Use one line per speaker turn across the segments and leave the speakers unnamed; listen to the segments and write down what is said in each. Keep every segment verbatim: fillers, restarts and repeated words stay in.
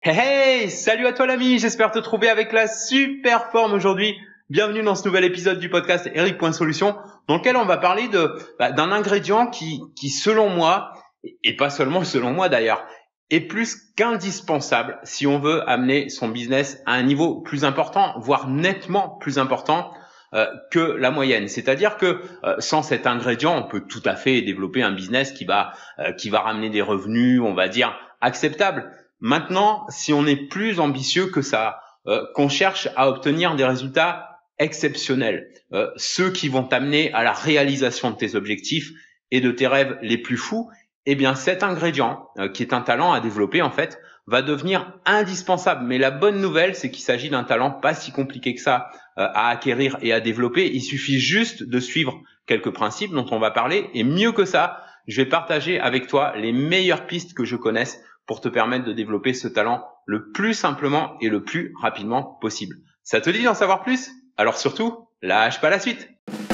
Hey hey, salut à toi l'ami, j'espère te trouver avec la super forme aujourd'hui. Bienvenue dans ce nouvel épisode du podcast Eric.Solution dans lequel on va parler de bah, d'un ingrédient qui, qui selon moi, et pas seulement selon moi d'ailleurs, est plus qu'indispensable si on veut amener son business à un niveau plus important, voire nettement plus important euh, que la moyenne. C'est-à-dire que euh, sans cet ingrédient, on peut tout à fait développer un business qui va, euh, qui va ramener des revenus, on va dire, acceptables. Maintenant, si on est plus ambitieux que ça, euh, qu'on cherche à obtenir des résultats exceptionnels, euh, ceux qui vont t'amener à la réalisation de tes objectifs et de tes rêves les plus fous, eh bien cet ingrédient, euh, qui est un talent à développer en fait, va devenir indispensable. Mais la bonne nouvelle, c'est qu'il s'agit d'un talent pas si compliqué que ça euh, à acquérir et à développer. Il suffit juste de suivre quelques principes dont on va parler. Et mieux que ça, je vais partager avec toi les meilleures pistes que je connaisse pour te permettre de développer ce talent le plus simplement et le plus rapidement possible. Ça te dit d'en savoir plus? Alors surtout, lâche pas la suite.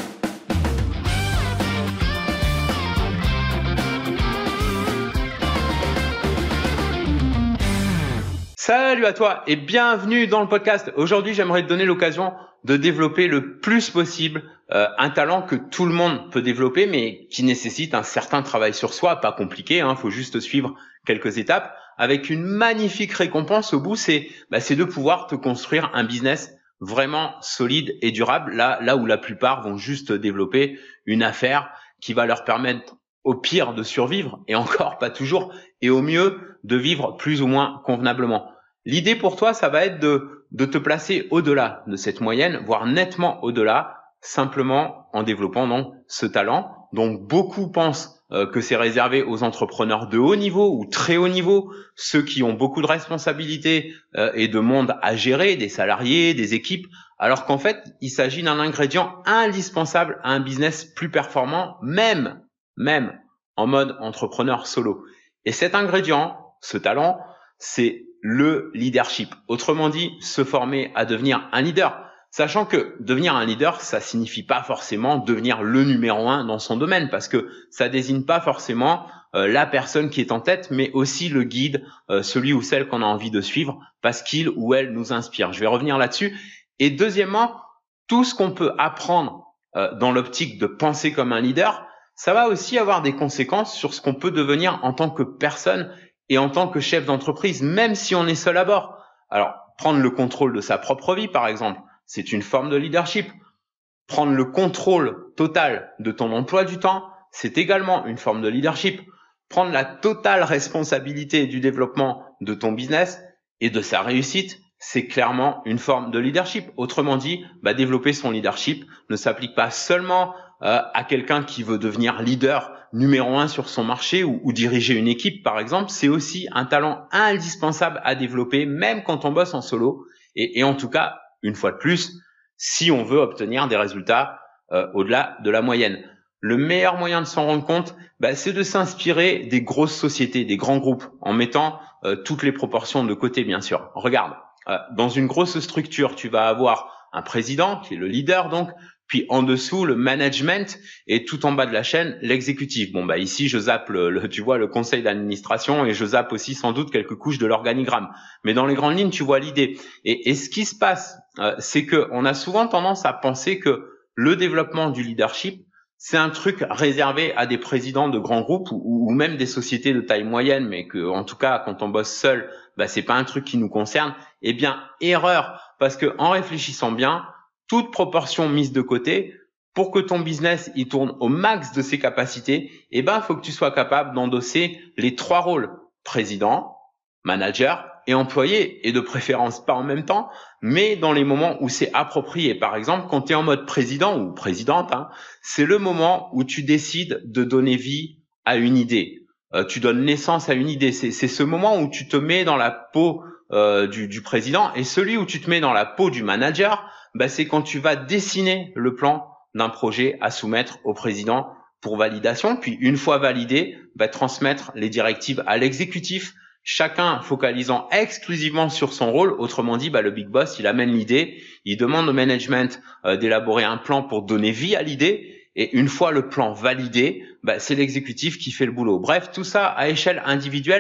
Salut à toi et bienvenue dans le podcast. Aujourd'hui, j'aimerais te donner l'occasion de développer le plus possible euh, un talent que tout le monde peut développer, mais qui nécessite un certain travail sur soi, pas compliqué, hein, faut juste suivre quelques étapes, avec une magnifique récompense au bout, c'est bah, c'est de pouvoir te construire un business vraiment solide et durable, là, là où la plupart vont juste développer une affaire qui va leur permettre au pire de survivre, et encore pas toujours, et au mieux de vivre plus ou moins convenablement. L'idée pour toi, ça va être de, de te placer au-delà de cette moyenne, voire nettement au-delà, simplement en développant donc ce talent. Donc beaucoup pensent euh, que c'est réservé aux entrepreneurs de haut niveau ou très haut niveau, ceux qui ont beaucoup de responsabilités euh, et de monde à gérer, des salariés, des équipes, alors qu'en fait, il s'agit d'un ingrédient indispensable à un business plus performant, même, même en mode entrepreneur solo. Et cet ingrédient, ce talent, c'est le leadership. Autrement dit, se former à devenir un leader. Sachant que devenir un leader, ça signifie pas forcément devenir le numéro un dans son domaine, parce que ça désigne pas forcément euh, la personne qui est en tête, mais aussi le guide, euh, celui ou celle qu'on a envie de suivre, parce qu'il ou elle nous inspire. Je vais revenir là-dessus. Et deuxièmement, tout ce qu'on peut apprendre euh, dans l'optique de penser comme un leader, ça va aussi avoir des conséquences sur ce qu'on peut devenir en tant que personne et en tant que chef d'entreprise, même si on est seul à bord. Alors, prendre le contrôle de sa propre vie, par exemple, c'est une forme de leadership. Prendre le contrôle total de ton emploi du temps, c'est également une forme de leadership. Prendre la totale responsabilité du développement de ton business et de sa réussite, c'est clairement une forme de leadership. Autrement dit, bah, développer son leadership ne s'applique pas seulement euh, à quelqu'un qui veut devenir leader numéro un sur son marché ou, ou diriger une équipe, par exemple. C'est aussi un talent indispensable à développer, même quand on bosse en solo. Et, et en tout cas, une fois de plus, si on veut obtenir des résultats euh, au-delà de la moyenne. Le meilleur moyen de s'en rendre compte, bah, c'est de s'inspirer des grosses sociétés, des grands groupes, en mettant euh, toutes les proportions de côté, bien sûr. Regarde, euh, dans une grosse structure, tu vas avoir un président, qui est le leader donc, puis en dessous, le management, et tout en bas de la chaîne, l'exécutif. Bon, bah ici, je zappe, le, le, tu vois, le conseil d'administration, et je zappe aussi sans doute quelques couches de l'organigramme. Mais dans les grandes lignes, tu vois l'idée. Et, et ce qui se passe, euh, c'est que on a souvent tendance à penser que le développement du leadership, c'est un truc réservé à des présidents de grands groupes ou, ou même des sociétés de taille moyenne, mais que, en tout cas, quand on bosse seul, bah, c'est pas un truc qui nous concerne. Eh bien, erreur, parce que en réfléchissant bien, toute proportion mise de côté, pour que ton business il tourne au max de ses capacités, eh ben, faut que tu sois capable d'endosser les trois rôles: président, manager et employé, et de préférence pas en même temps, mais dans les moments où c'est approprié. Par exemple, quand tu es en mode président ou présidente, hein, c'est le moment où tu décides de donner vie à une idée. Euh, tu donnes naissance à une idée. C'est, c'est ce moment où tu te mets dans la peau euh, du, du président, et celui où tu te mets dans la peau du manager, bah, c'est quand tu vas dessiner le plan d'un projet à soumettre au président pour validation, puis une fois validé, bah, transmettre les directives à l'exécutif, chacun focalisant exclusivement sur son rôle. Autrement dit, bah, le big boss, il amène l'idée, il demande au management euh, d'élaborer un plan pour donner vie à l'idée, et une fois le plan validé, bah, c'est l'exécutif qui fait le boulot. Bref, tout ça à échelle individuelle,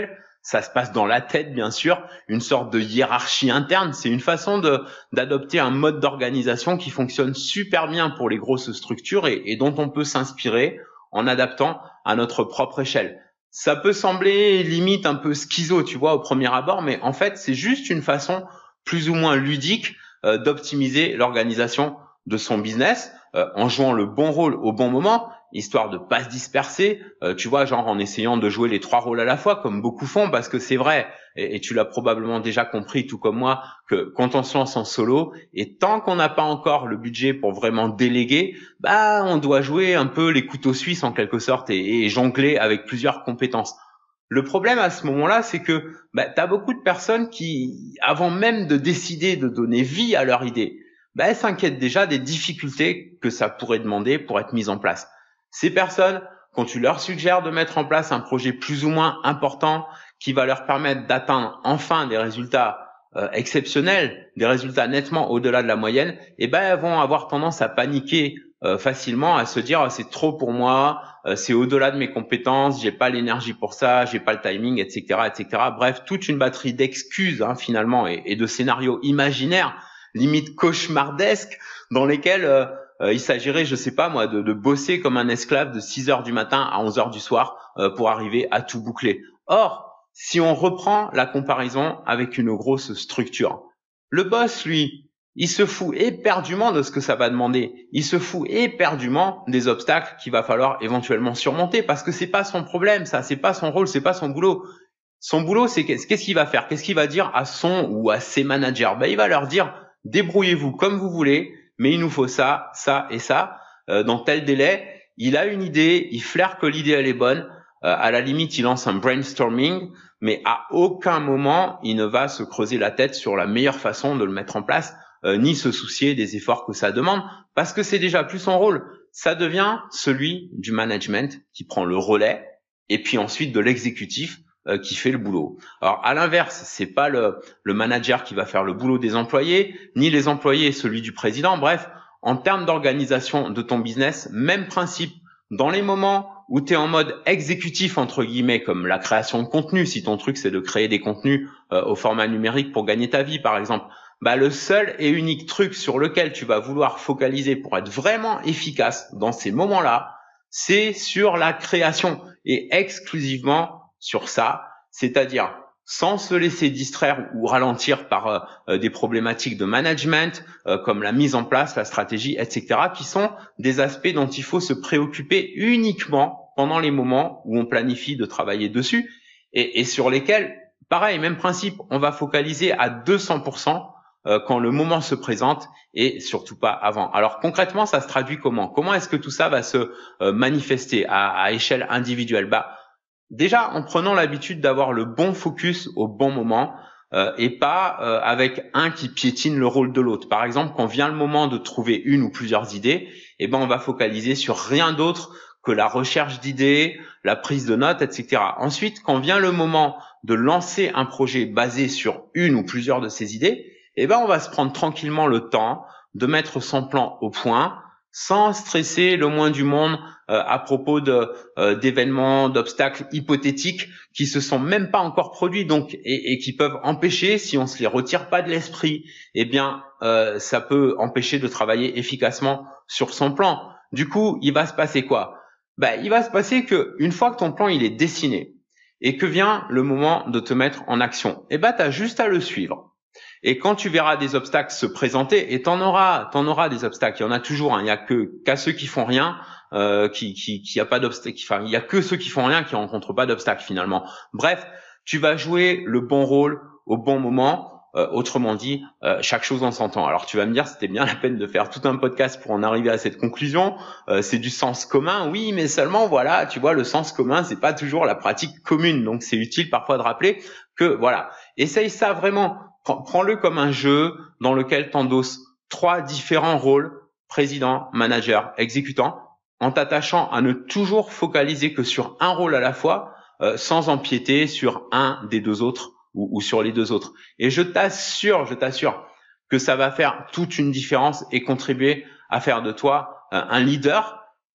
Ça se passe dans la tête, bien sûr, une sorte de hiérarchie interne. C'est une façon de d'adopter un mode d'organisation qui fonctionne super bien pour les grosses structures et, et dont on peut s'inspirer en adaptant à notre propre échelle. Ça peut sembler limite un peu schizo, tu vois, au premier abord, mais en fait, c'est juste une façon plus ou moins ludique euh, d'optimiser l'organisation de son business euh, en jouant le bon rôle au bon moment, histoire de pas se disperser, euh, tu vois, genre en essayant de jouer les trois rôles à la fois, comme beaucoup font, parce que c'est vrai, et, et tu l'as probablement déjà compris, tout comme moi, que quand on se lance en solo, et tant qu'on n'a pas encore le budget pour vraiment déléguer, bah on doit jouer un peu les couteaux suisses en quelque sorte et, et jongler avec plusieurs compétences. Le problème à ce moment-là, c'est que bah, tu as beaucoup de personnes qui, avant même de décider de donner vie à leur idée, bah, elles s'inquiètent déjà des difficultés que ça pourrait demander pour être mise en place. Ces personnes, quand tu leur suggères de mettre en place un projet plus ou moins important qui va leur permettre d'atteindre enfin des résultats euh, exceptionnels, des résultats nettement au-delà de la moyenne, eh ben elles vont avoir tendance à paniquer euh, facilement, à se dire oh, c'est trop pour moi, euh, c'est au-delà de mes compétences, j'ai pas l'énergie pour ça, j'ai pas le timing, et cetera, et cetera. Bref, toute une batterie d'excuses hein, finalement et, et de scénarios imaginaires, limite cauchemardesques, dans lesquels euh, euh, il s'agirait, je sais pas moi, de, de bosser comme un esclave de six heures du matin à onze heures du soir euh, pour arriver à tout boucler. Or, si on reprend la comparaison avec une grosse structure, le boss, lui, il se fout éperdument de ce que ça va demander. Il se fout éperdument des obstacles qu'il va falloir éventuellement surmonter parce que c'est pas son problème, ça, c'est pas son rôle, c'est pas son boulot. Son boulot, c'est qu'est-ce qu'il va faire? Qu'est-ce qu'il va dire à son ou à ses managers? Ben, il va leur dire, débrouillez-vous comme vous voulez, mais il nous faut ça, ça et ça, euh, dans tel délai. Il a une idée, il flaire que l'idée, elle est bonne. Euh, à la limite, il lance un brainstorming, mais à aucun moment, il ne va se creuser la tête sur la meilleure façon de le mettre en place, euh, ni se soucier des efforts que ça demande, parce que c'est déjà plus son rôle. Ça devient celui du management qui prend le relais, et puis ensuite de l'exécutif euh, qui fait le boulot. Alors à l'inverse, c'est pas le, le manager qui va faire le boulot des employés, ni les employés celui du président. Bref, en termes d'organisation de ton business, même principe. Dans les moments où tu es en mode exécutif, entre guillemets, comme la création de contenu, si ton truc c'est de créer des contenus euh, au format numérique pour gagner ta vie, par exemple, bah, le seul et unique truc sur lequel tu vas vouloir focaliser pour être vraiment efficace dans ces moments-là, c'est sur la création et exclusivement sur ça, c'est-à-dire sans se laisser distraire ou ralentir par euh, des problématiques de management, euh, comme la mise en place, la stratégie, et cetera, qui sont des aspects dont il faut se préoccuper uniquement pendant les moments où on planifie de travailler dessus et, et sur lesquels, pareil, même principe, on va focaliser à deux cents pour cent euh, quand le moment se présente et surtout pas avant. Alors concrètement, ça se traduit comment? Comment est-ce que tout ça va se euh, manifester à, à échelle individuelle? Bah, déjà, en prenant l'habitude d'avoir le bon focus au bon moment euh, et pas euh, avec un qui piétine le rôle de l'autre. Par exemple, quand vient le moment de trouver une ou plusieurs idées, eh ben on va focaliser sur rien d'autre que la recherche d'idées, la prise de notes, et cetera. Ensuite, quand vient le moment de lancer un projet basé sur une ou plusieurs de ces idées, eh ben on va se prendre tranquillement le temps de mettre son plan au point, sans stresser le moins du monde euh, à propos de euh, d'événements, d'obstacles hypothétiques qui se sont même pas encore produits, donc et, et qui peuvent empêcher, si on se les retire pas de l'esprit, eh bien euh, ça peut empêcher de travailler efficacement sur son plan. Du coup, il va se passer quoi? Ben, il va se passer que une fois que ton plan il est dessiné et que vient le moment de te mettre en action, eh ben t'as juste à le suivre. Et quand tu verras des obstacles se présenter, et t'en auras, t'en auras des obstacles. Il y en a toujours. Hein, il y a que qu'à ceux qui font rien, euh, qui, qui, qui a pas d'obstacles. Enfin, il y a que ceux qui font rien qui rencontrent pas d'obstacles finalement. Bref, tu vas jouer le bon rôle au bon moment. Euh, autrement dit, euh, chaque chose en son temps. Alors tu vas me dire, c'était bien la peine de faire tout un podcast pour en arriver à cette conclusion. Euh, c'est du sens commun, oui, mais seulement voilà, tu vois, le sens commun, c'est pas toujours la pratique commune. Donc c'est utile parfois de rappeler que voilà, essaye ça vraiment. Prends-le comme un jeu dans lequel tu endosses trois différents rôles, président, manager, exécutant, en t'attachant à ne toujours focaliser que sur un rôle à la fois, euh, sans empiéter sur un des deux autres ou, ou sur les deux autres. Et je t'assure, je t'assure que ça va faire toute une différence et contribuer à faire de toi euh, un leader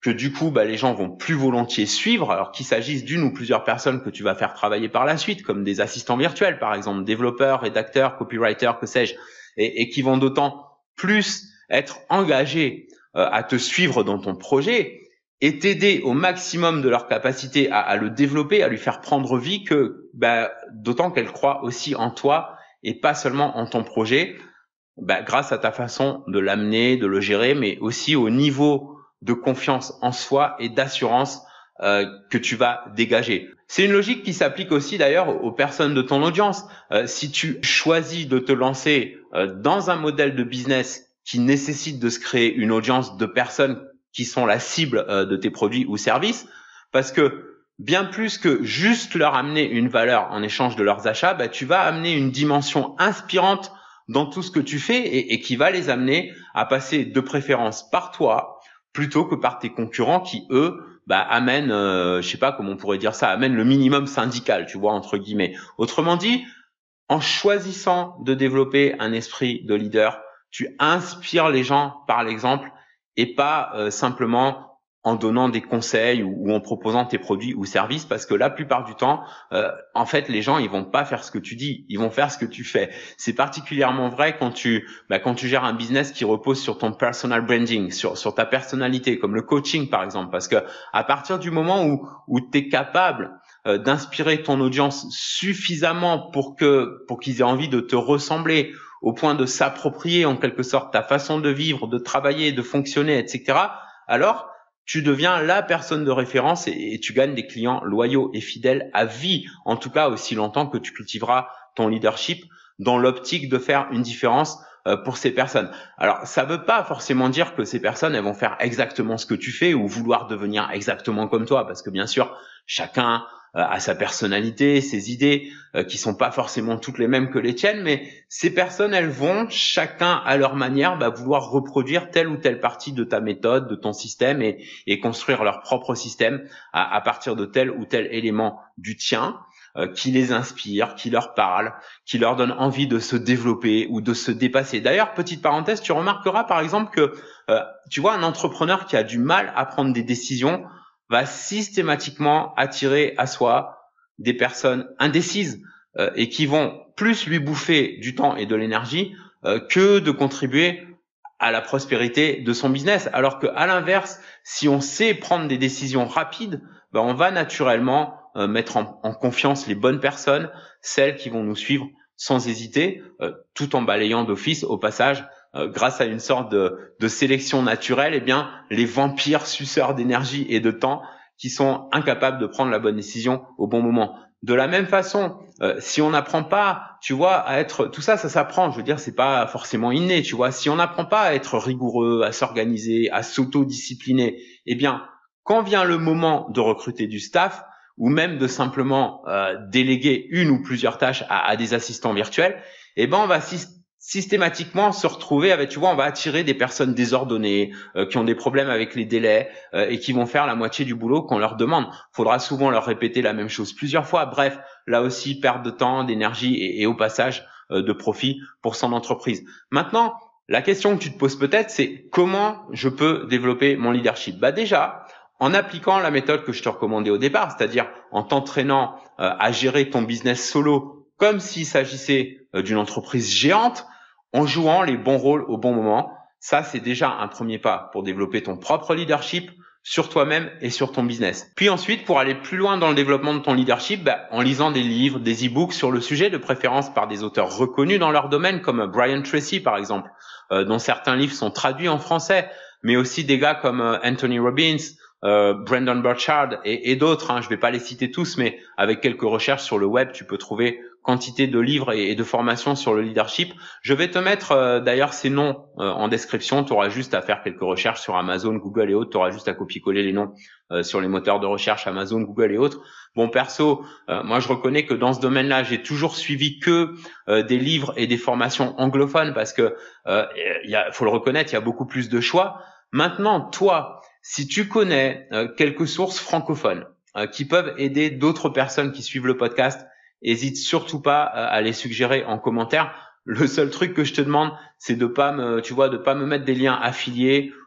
que du coup, bah, les gens vont plus volontiers suivre, alors qu'il s'agisse d'une ou plusieurs personnes que tu vas faire travailler par la suite, comme des assistants virtuels, par exemple, développeurs, rédacteurs, copywriters, que sais-je, et, et qui vont d'autant plus être engagés euh, à te suivre dans ton projet et t'aider au maximum de leur capacité à, à le développer, à lui faire prendre vie, que bah, d'autant qu'elles croient aussi en toi et pas seulement en ton projet, bah, grâce à ta façon de l'amener, de le gérer, mais aussi au niveau de confiance en soi et d'assurance euh, que tu vas dégager. C'est une logique qui s'applique aussi d'ailleurs aux personnes de ton audience. Euh, si tu choisis de te lancer euh, dans un modèle de business qui nécessite de se créer une audience de personnes qui sont la cible euh, de tes produits ou services, parce que bien plus que juste leur amener une valeur en échange de leurs achats, bah, tu vas amener une dimension inspirante dans tout ce que tu fais et, et qui va les amener à passer de préférence par toi plutôt que par tes concurrents qui, eux, bah, amènent, euh, je sais pas comment on pourrait dire ça, amènent le minimum syndical, tu vois, entre guillemets. Autrement dit, en choisissant de développer un esprit de leader, tu inspires les gens par l'exemple et pas euh, simplement en donnant des conseils ou, ou en proposant tes produits ou services, parce que la plupart du temps, euh, en fait, les gens ils vont pas faire ce que tu dis, ils vont faire ce que tu fais. C'est particulièrement vrai quand tu bah, quand tu gères un business qui repose sur ton personal branding, sur sur ta personnalité, comme le coaching par exemple, parce que à partir du moment où où tu es capable euh, d'inspirer ton audience suffisamment pour que pour qu'ils aient envie de te ressembler, au point de s'approprier en quelque sorte ta façon de vivre, de travailler, de fonctionner, et cetera, alors tu deviens la personne de référence et, et tu gagnes des clients loyaux et fidèles à vie, en tout cas aussi longtemps que tu cultiveras ton leadership dans l'optique de faire une différence euh, pour ces personnes. Alors, ça veut pas forcément dire que ces personnes, elles vont faire exactement ce que tu fais ou vouloir devenir exactement comme toi, parce que bien sûr, chacun euh, a sa personnalité, ses idées, euh, qui sont pas forcément toutes les mêmes que les tiennes, mais ces personnes, elles vont, chacun à leur manière, bah, vouloir reproduire telle ou telle partie de ta méthode, de ton système et, et construire leur propre système à, à partir de tel ou tel élément du tien, euh, qui les inspire, qui leur parle, qui leur donne envie de se développer ou de se dépasser. D'ailleurs, petite parenthèse, tu remarqueras par exemple que, euh, tu vois, un entrepreneur qui a du mal à prendre des décisions va systématiquement attirer à soi des personnes indécises euh, et qui vont plus lui bouffer du temps et de l'énergie euh, que de contribuer à la prospérité de son business. Alors que à l'inverse, si on sait prendre des décisions rapides, ben on va naturellement euh, mettre en, en confiance les bonnes personnes, celles qui vont nous suivre sans hésiter, euh, tout en balayant d'office au passage, euh, grâce à une sorte de, de sélection naturelle, eh bien les vampires suceurs d'énergie et de temps qui sont incapables de prendre la bonne décision au bon moment. De la même façon, euh, si on n'apprend pas, tu vois, à être, tout ça, ça s'apprend. Je veux dire, c'est pas forcément inné, tu vois. Si on n'apprend pas à être rigoureux, à s'organiser, à s'auto-discipliner, eh bien, quand vient le moment de recruter du staff ou même de simplement euh, déléguer une ou plusieurs tâches à, à des assistants virtuels, eh ben, on va systématiquement se retrouver avec, tu vois, on va attirer des personnes désordonnées, euh, qui ont des problèmes avec les délais euh, et qui vont faire la moitié du boulot qu'on leur demande. Faudra souvent leur répéter la même chose plusieurs fois. Bref, là aussi, perte de temps, d'énergie et, et au passage euh, de profit pour son entreprise. Maintenant, la question que tu te poses peut-être, c'est comment je peux développer mon leadership? Bah déjà, en appliquant la méthode que je te recommandais au départ, c'est-à-dire en t'entraînant euh, à gérer ton business solo comme s'il s'agissait euh, d'une entreprise géante, en jouant les bons rôles au bon moment. Ça, c'est déjà un premier pas pour développer ton propre leadership sur toi-même et sur ton business. Puis ensuite, pour aller plus loin dans le développement de ton leadership, bah, en lisant des livres, des e-books sur le sujet, de préférence par des auteurs reconnus dans leur domaine, comme Brian Tracy par exemple, euh, dont certains livres sont traduits en français, mais aussi des gars comme euh, Anthony Robbins, euh, Brendon Burchard et, et d'autres. Hein, je vais pas les citer tous, mais avec quelques recherches sur le web, tu peux trouver quantité de livres et, et de formations sur le leadership. Je vais te mettre euh, d'ailleurs ces noms euh, en description. Tu auras juste à faire quelques recherches sur Amazon, Google et autres. Tu auras juste à copier-coller les noms euh, sur les moteurs de recherche Amazon, Google et autres. Bon, perso, euh, moi je reconnais que dans ce domaine-là, j'ai toujours suivi que euh, des livres et des formations anglophones parce que euh, y a, faut le reconnaître, il y a beaucoup plus de choix. Maintenant, toi, si tu connais euh, quelques sources francophones euh, qui peuvent aider d'autres personnes qui suivent le podcast, hésite surtout pas à les suggérer en commentaire. Le seul truc que je te demande, c'est de pas me, tu vois, de pas me mettre des liens affiliés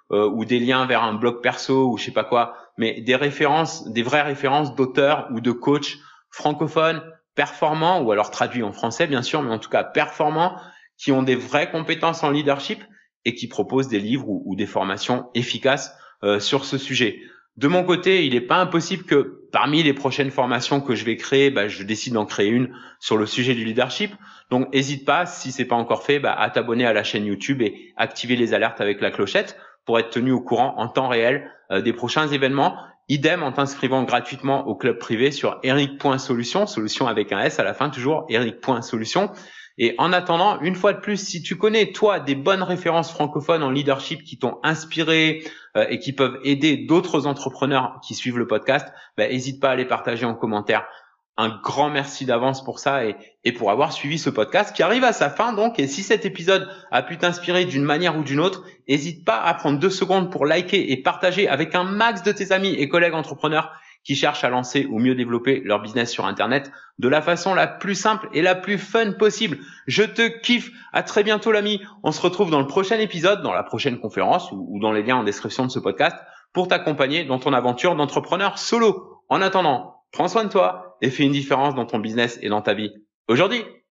euh, ou des liens vers un blog perso ou je sais pas quoi, mais des références, des vraies références d'auteurs ou de coachs francophones, performants, ou alors traduits en français bien sûr, mais en tout cas performants, qui ont des vraies compétences en leadership et qui proposent des livres ou, ou des formations efficaces euh, sur ce sujet. De mon côté, il n'est pas impossible que parmi les prochaines formations que je vais créer, bah, je décide d'en créer une sur le sujet du leadership. Donc, n'hésite pas, si c'est pas encore fait, bah, à t'abonner à la chaîne YouTube et activer les alertes avec la clochette pour être tenu au courant en temps réel euh, des prochains événements. Idem en t'inscrivant gratuitement au club privé sur eric point solution, solution avec un S à la fin toujours, eric point solution. Et en attendant, une fois de plus, si tu connais, toi, des bonnes références francophones en leadership qui t'ont inspiré euh, et qui peuvent aider d'autres entrepreneurs qui suivent le podcast, bah, n'hésite pas à les partager en commentaire. Un grand merci d'avance pour ça et, et pour avoir suivi ce podcast qui arrive à sa fin donc. Et si cet épisode a pu t'inspirer d'une manière ou d'une autre, n'hésite pas à prendre deux secondes pour liker et partager avec un max de tes amis et collègues entrepreneurs qui cherchent à lancer ou mieux développer leur business sur Internet de la façon la plus simple et la plus fun possible. Je te kiffe. À très bientôt l'ami. On se retrouve dans le prochain épisode, dans la prochaine conférence ou, ou dans les liens en description de ce podcast pour t'accompagner dans ton aventure d'entrepreneur solo. En attendant, prends soin de toi et fais une différence dans ton business et dans ta vie aujourd'hui.